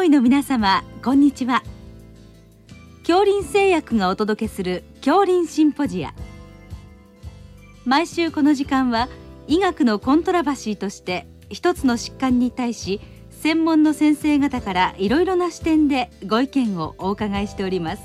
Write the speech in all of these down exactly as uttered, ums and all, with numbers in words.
医の皆様、こんにちは。杏林製薬がお届けする杏林シンポジア。毎週この時間は医学のコントラバシーとして一つの疾患に対し専門の先生方からいろいろな視点でご意見をお伺いしております。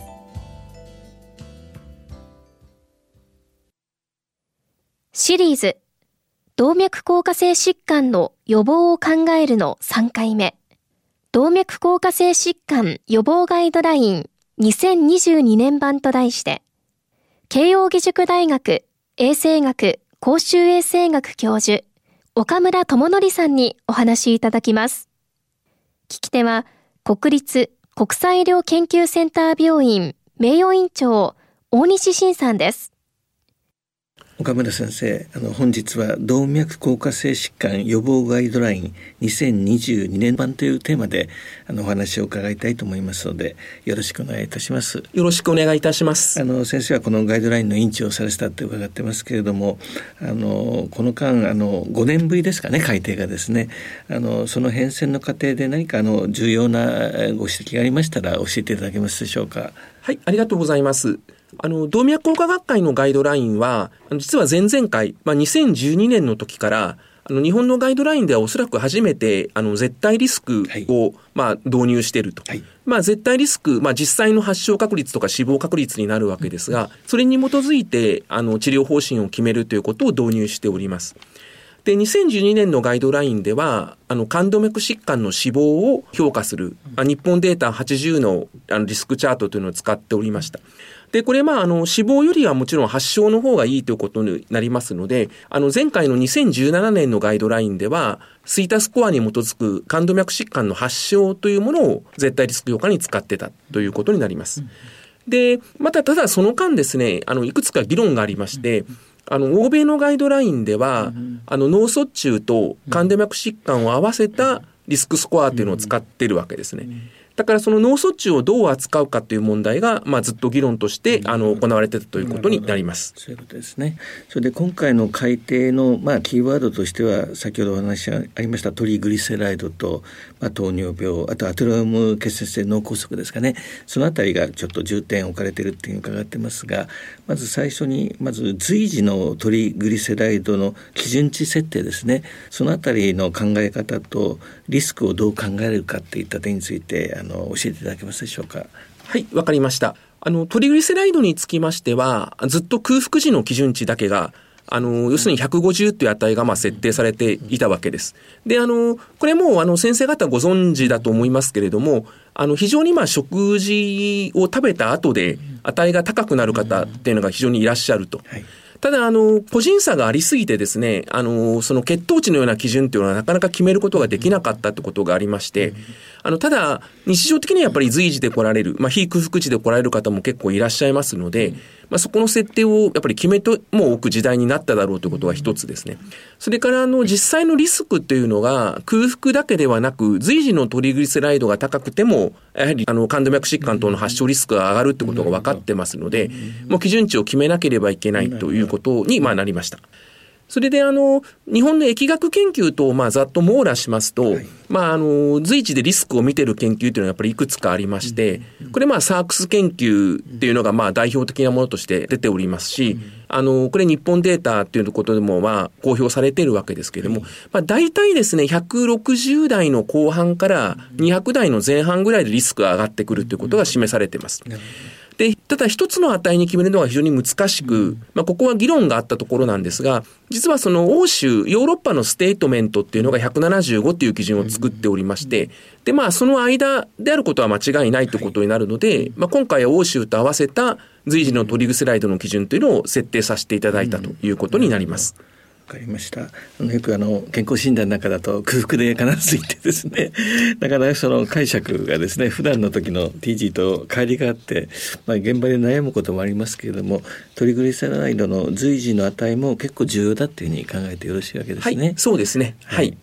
シリーズ動脈硬化性疾患の予防を考えるのさんかいめ、動脈硬化性疾患予防ガイドラインにせんにじゅうにねん版と題して、慶應義塾大学衛生学公衆衛生学教授岡村智則さんにお話しいただきます。聞き手は国立国際医療研究センター病院名誉院長大西晋さんです。 岡村先生、あの本日は動脈硬化性疾患予防ガイドラインにせんにじゅうにねん版というテーマであのお話を伺いたいと思いますので、よろしくお願いいたします。 よろしくお願いいたします。 あの先生はこのガイドラインの委員長をされてたって伺ってますけれども、あのこの間あのごねんぶりですかね、改定がですね、あのその変遷の過程で何かあの重要なご指摘がありましたら教えていただけますでしょうか。 はい、ありがとうございます。あの動脈硬化学会のガイドラインは実は前々回、まあ、にせんじゅうにねんの時からあの日本のガイドラインではおそらく初めてあの絶対リスクを、はいまあ、導入していると、はいまあ、絶対リスク、まあ、実際の発症確率とか死亡確率になるわけですが、それに基づいてあの治療方針を決めるということを導入しております。でにせんじゅうにねんのガイドラインではあの冠動脈疾患の死亡を評価する、うん、日本データはちじゅう の, あのリスクチャートというのを使っておりました。でこれまああの死亡よりはもちろん発症の方がいいということになりますので、あの前回のにせんじゅうななねんのガイドラインではスイータスコアに基づく冠動脈疾患の発症というものを絶対リスク評価に使ってたということになります。うん、でまたただその間ですね、あのいくつか議論がありまして、うんあの欧米のガイドラインでは、うん、あの脳卒中と冠動脈疾患を合わせたリスクスコアというのを使っているわけですね。だからその脳卒中をどう扱うかという問題が、まあ、ずっと議論としてあの行われていたということになります。 そういうことですね。それで今回の改定の、まあ、キーワードとしては先ほどお話がありましたトリグリセライドと、まあ、糖尿病、あとアテローム結節性脳梗塞ですかね、そのあたりがちょっと重点置かれているっていうのを伺ってますが、まず最初にまず随時のトリグリセライドの基準値設定ですね、そのあたりの考え方とリスクをどう考えるかっていった点についてあの教えていただけますでしょうか。 はい、わかりました。あのトリグリセライドにつきましてはずっと空腹時の基準値だけがあの要するにひゃくごじゅうという値がまあ設定されていたわけです。であのこれもあの先生方ご存知だと思いますけれども、あの非常にまあ食事を食べた後で値が高くなる方っていうのが非常にいらっしゃると。はい、ただあの個人差がありすぎてですね、あのその血糖値のような基準というのはなかなか決めることができなかったということがありまして、あのただ日常的にはやっぱり随時で来られる、まあ、非空腹時で来られる方も結構いらっしゃいますので、まあ、そこの設定をやっぱり決めてもおく時代になっただろうということが一つですね。それからあの実際のリスクというのが空腹だけではなく随時のトリグリセライドが高くてもやはりあの冠動脈疾患等の発症リスクが上がるということが分かってますので、もう基準値を決めなければいけないということにまあなりました。それであの日本の疫学研究とまあざっと網羅しますと、はい、まああの随時でリスクを見ている研究というのはやっぱりいくつかありまして、これまあサークス研究っていうのがまあ代表的なものとして出ておりますし、あのこれ日本データっていうことでもまあ公表されているわけですけれども、まあ大体ですねひゃくろくじゅうだいの後半からにひゃくだいの前半ぐらいでリスクが上がってくるということが示されています。でただ一つの値に決めるのは非常に難しく、まあ、ここは議論があったところなんですが、実はその欧州ヨーロッパのステートメントっていうのがひゃくななじゅうごという基準を作っておりまして、でまあその間であることは間違いないということになるので、まあ、今回は欧州と合わせた随時のトリグリセライドの基準というのを設定させていただいたということになります。 わかりました。あのよくあの健康診断なんかだと空腹で必ず言ってですね、なかなかその解釈がですね普段の時の ティージー と乖離があって、まあ、現場で悩むこともありますけれども、トリグリセライドの随時の値も結構重要だっていうふうに考えてよろしいわけですね。 はい、そうですね。はい、はい、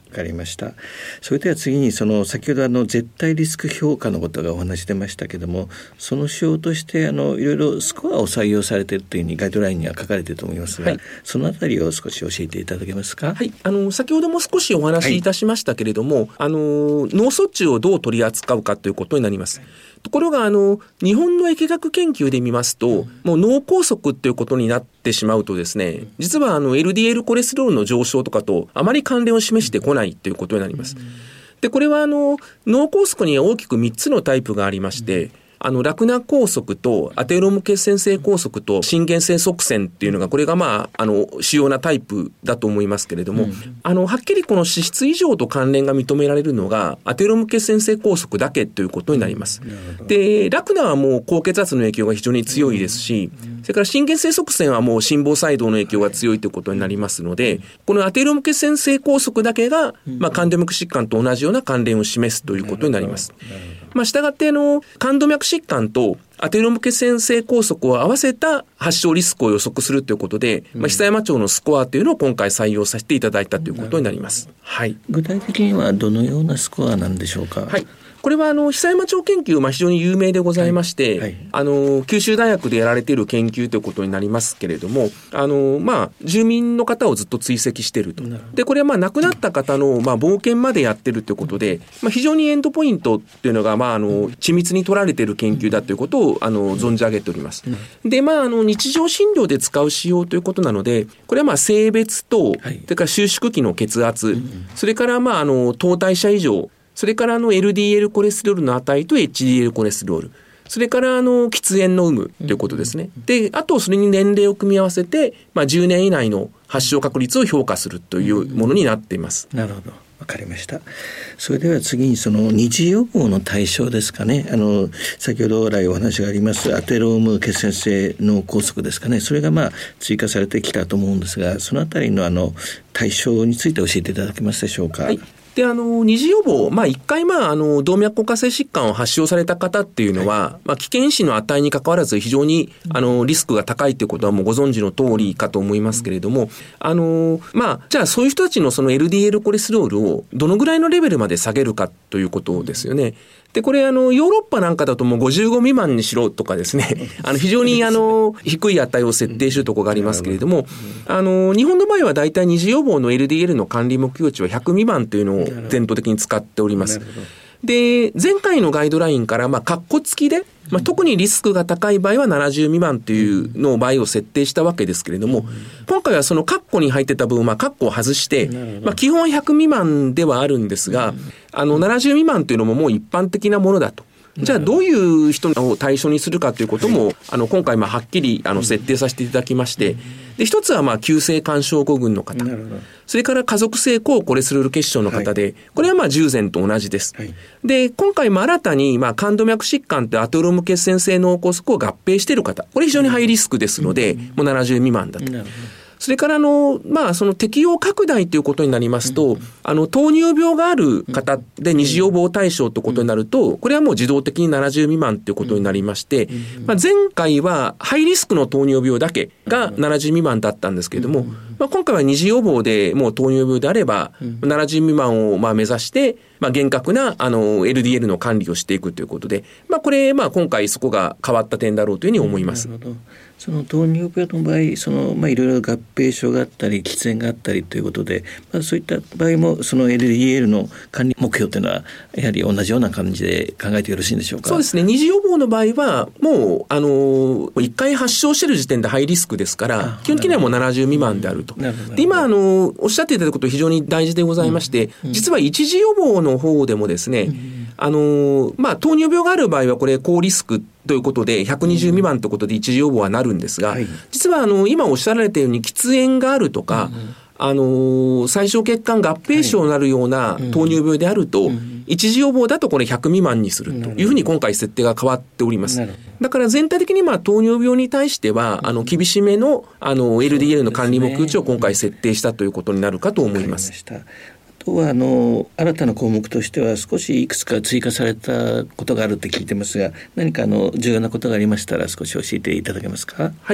わかりました。それでは次にその先ほどあの絶対リスク評価のことがお話出ましたけども、その指標としてあのいろいろスコアを採用されているというふうにガイドラインには書かれていると思いますが、はい、そのあたりを少し教えていただけますか。 はい、あの先ほども少しお話しいたしましたけれども、はい、あの脳卒中をどう取り扱うかということになります。はい、ところがあの日本の疫学研究で見ますと、うん、もう脳梗塞ということになってしまうとですね、実はあの エルディーエル コレステロールの上昇とかとあまり関連を示してこないということになります。でこれはあの脳梗塞には大きくみっつのタイプがありまして、あのラクナ梗塞とアテローム血栓性梗塞と心原性側栓っていうのがこれがまああの主要なタイプだと思いますけれども、うん、あのはっきりこの脂質異常と関連が認められるのがアテローム血栓性梗塞だけということになります。うん、でラクナはもう高血圧の影響が非常に強いですし、うん、それから心原性側栓はもう心房細動の影響が強いということになりますので、このアテローム血栓性梗塞だけが、まあ、冠動脈疾患と同じような関連を示すということになります。まあ、したがってあの冠動脈疾患とアテローム血栓性梗塞を合わせた発症リスクを予測するということで、うん、まあ、久山町のスコアというのを今回採用させていただいたということになります。はい、 具体的にはどのようなスコアなんでしょうか。 はい、これはあの久山町研究、まあ、非常に有名でございまして、はいはい、あの九州大学でやられている研究ということになりますけれども、あの、まあ、住民の方をずっと追跡していると。でこれはまあ亡くなった方の、まあ、冒険までやってるということで、まあ、非常にエンドポイントっていうのが、まあ、あの緻密に取られている研究だということをあの存じ上げております。で、まあ、あの日常診療で使う仕様ということなので、これはまあ性別と、はい、それから収縮期の血圧、うん、それからまああの糖代謝異常、それからあの エルディーエル コレステロールの値と エイチディーエル コレステロール、それからあの喫煙の有無ということですね。で、あとそれに年齢を組み合わせて、まあ、じゅうねん以内の発症確率を評価するというものになっています。 なるほど。わかりました。それでは次にその二次予防の対象ですかね。あの先ほど来お話がありますアテローム血栓性脳梗塞ですかね。それがまあ追加されてきたと思うんですが、そのあたりのあの対象について教えていただけますでしょうか。 はい。で、あの、二次予防、まあ、一回、まあ、あの、動脈硬化性疾患を発症された方っていうのは、はい、まあ、危険因子の値に関わらず非常に、あの、リスクが高いということはもうご存知の通りかと思いますけれども、あの、まあ、じゃあ、そういう人たちのその エルディーエル コレステロールをどのぐらいのレベルまで下げるかということですよね。で、これ、あの、ヨーロッパなんかだともうごじゅうご未満にしろとかですね、あの、非常に、あの、低い値を設定するところがありますけれども、あの、日本の場合はだいたい二次予防の エルディーエル の管理目標値はひゃく未満というのを伝統的に使っております。で、前回のガイドラインから、まあ、カッコ付きで、まあ、特にリスクが高い場合はななじゅう未満というのを場合を設定したわけですけれども、今回はそのカッコに入ってた分、まあ、カッコを外して、まあ、基本ひゃく未満ではあるんですが、あの、ななじゅう未満というのももう一般的なものだと。じゃあどういう人を対象にするかということも、あの、今回まあはっきりあの設定させていただきまして、で、一つはまあ急性肝症候群の方、それから家族性高コレステロール血症の方で、これはまあ従前と同じです。で、今回も新たにまあ冠動脈疾患とアテローム血栓性脳梗塞を合併している方、これ非常にハイリスクですので、もうななじゅう未満だと。それからあの、まあ、その適用拡大ということになりますと、うん、あの、糖尿病がある方で二次予防対象ということになると、これはもう自動的にななじゅう未満ということになりまして、まあ、前回はハイリスクの糖尿病だけがななじゅう未満だったんですけれども、まあ、今回は二次予防でもう糖尿病であれば、ななじゅう未満をまあ目指して、まあ、厳格な、あの、エルディーエル の管理をしていくということで、まあ、これ、まあ、今回そこが変わった点だろうというふうに思います。 なるほど。その糖尿病の場合、その、まあ、いろいろ合併症があったり、喫煙があったりということで、まあ、そういった場合も、その エルディーエル の管理目標というのは、やはり同じような感じで考えてよろしいんでしょうか。 そうですね。二次予防の場合は、もう、あの、一回発症している時点でハイリスクですから、基本的にはもうななじゅう未満であると。で、今、あの、おっしゃっていただくこと非常に大事でございまして、うんうん、実は一次予防の方でもですね、うん、あの、まあ、糖尿病がある場合は、これ、高リスクということで、ひゃくにじゅう未満ということで一次予防はなるんですが、はい、実は、あの、今おっしゃられたように、喫煙があるとか、うんうん、あの、最小血管合併症になるような糖尿病であると、はいうん、一次予防だとこれひゃく未満にするというふうに今回設定が変わっております。だから全体的にまあ糖尿病に対しては、あの、厳しめの、あの、エルディーエル の管理目標値を今回設定したということになるかと思います。 あとはあの新たな項目としては少しいくつか追加されたことがあるって聞いてますが、何かあの重要なことがありましたら少し教えていただけますか。 はい。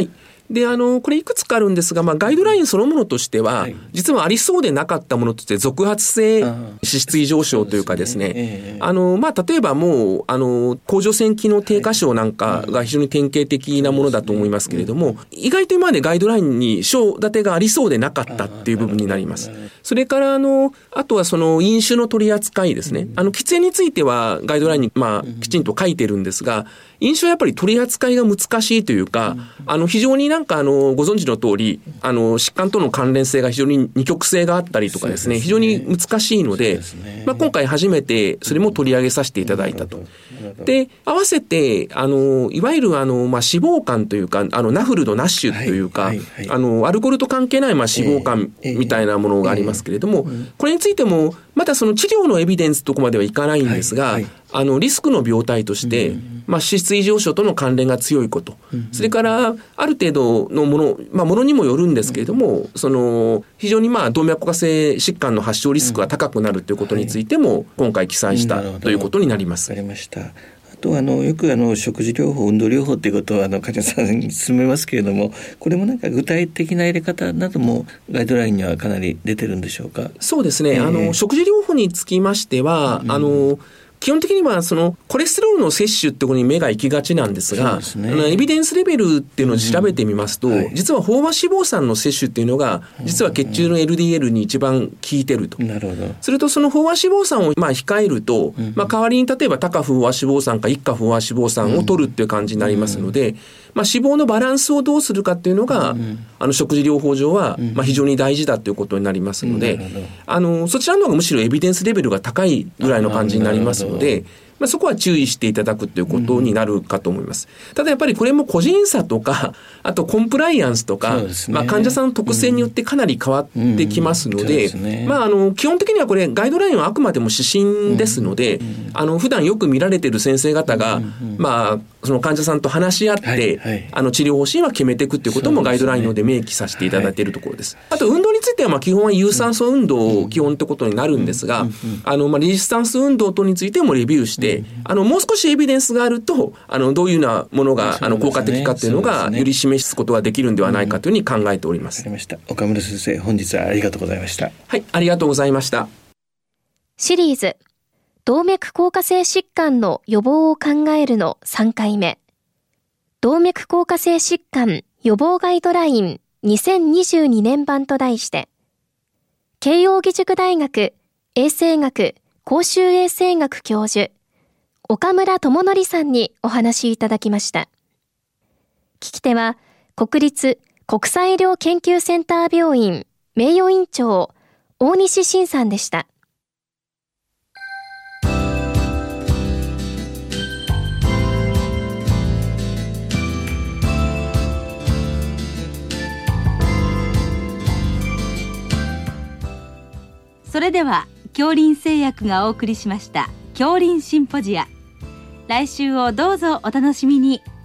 で、あの、これいくつかあるんですが、まあ、ガイドラインそのものとしては、はい、実はありそうでなかったものとして、続発性脂質異常症というかですね、すねえー、あの、まあ、例えばもう、あの、甲状腺機能低下症なんかが非常に典型的なものだと思いますけれども、意外と今までガイドラインに症立てがありそうでなかったっていう部分になります。それから、あの、あとはその飲酒の取り扱いですね。あの、喫煙についてはガイドラインに、まあ、きちんと書いてるんですが、飲酒はやっぱり取り扱いが難しいというか、あの、非常になんかあの、ご存知の通り、あの、疾患との関連性が非常に二極性があったりとかですね、非常に難しいので、まあ、今回初めてそれも取り上げさせていただいたと。で、合わせて、あの、いわゆるあの、まあ、脂肪肝というか、あの、ナフルドナッシュというか、はいはいはい、あの、アルコールと関係ない、まあ、脂肪肝みたいなものがありますけれども、これについても、まだその治療のエビデンスとこまではいかないんですが、はいはい、あのリスクの病態として、うん、まあ、脂質異常症との関連が強いこと、うん、それからある程度のもの、まあ、ものにもよるんですけれども、うん、その非常にまあ動脈硬化性疾患の発症リスクが高くなるということについても、うん、はい、今回記載した、うん、ということになります。 わかりました。あとあのよくあの食事療法、運動療法ということをあの患者さんに勧めますけれども、これもなんか具体的な入れ方などもガイドラインにはかなり出てるんでしょうか。 そうですね、えー、あの食事療法につきましては、うん、あの基本的にはそのコレステロールの摂取ってことに目が行きがちなんですが、そうですね、エビデンスレベルっていうのを調べてみますと、うん、はい、実は飽和脂肪酸の摂取っていうのが実は血中の エルディーエル に一番効いてると。 なるほど。 するとその飽和脂肪酸をまあ控えると、うん、まあ、代わりに例えば多価不飽和脂肪酸か一価不飽和脂肪酸を取るっていう感じになりますので、うん、まあ、脂肪のバランスをどうするかっていうのが、うん、あの食事療法上はまあ非常に大事だということになりますので、うん、あのそちらの方がむしろエビデンスレベルが高いぐらいの感じになりますので、まあ、そこは注意していただくということになるかと思います。うん、ただやっぱりこれも個人差とか、あとコンプライアンスとか、ね、まあ、患者さんの特性によってかなり変わってきますので、うんうんね、まあ、あの基本的にはこれガイドラインはあくまでも指針ですので、うんうん、あの普段よく見られている先生方が、うんうん、まあその患者さんと話し合って、はいはい、あの治療方針は決めていくということもガイドラインので明記させていただいているところです。はい、あと運動についてはまあ基本は有酸素運動を基本ということになるんですが、あのまあレジスタンス運動等についてもレビューして、うん、あのもう少しエビデンスがあると、あのどういうようなものが、ね、あの効果的かというのがより示すことができるんではないかというふうに考えております。 わかりました。岡村先生、本日はありがとうございました。 はい、ありがとうございました。 シリーズ動脈硬化性疾患の予防を考えるのさんかいめ、動脈硬化性疾患予防ガイドラインにせんにじゅうにねん版と題して、慶應義塾大学衛生学公衆衛生学教授岡村智則さんにお話しいただきました。聞き手は国立国際医療研究センター病院名誉院長大西晋さんでした。 それでは杏林製薬がお送りしました杏林シンポジア、来週をどうぞお楽しみに。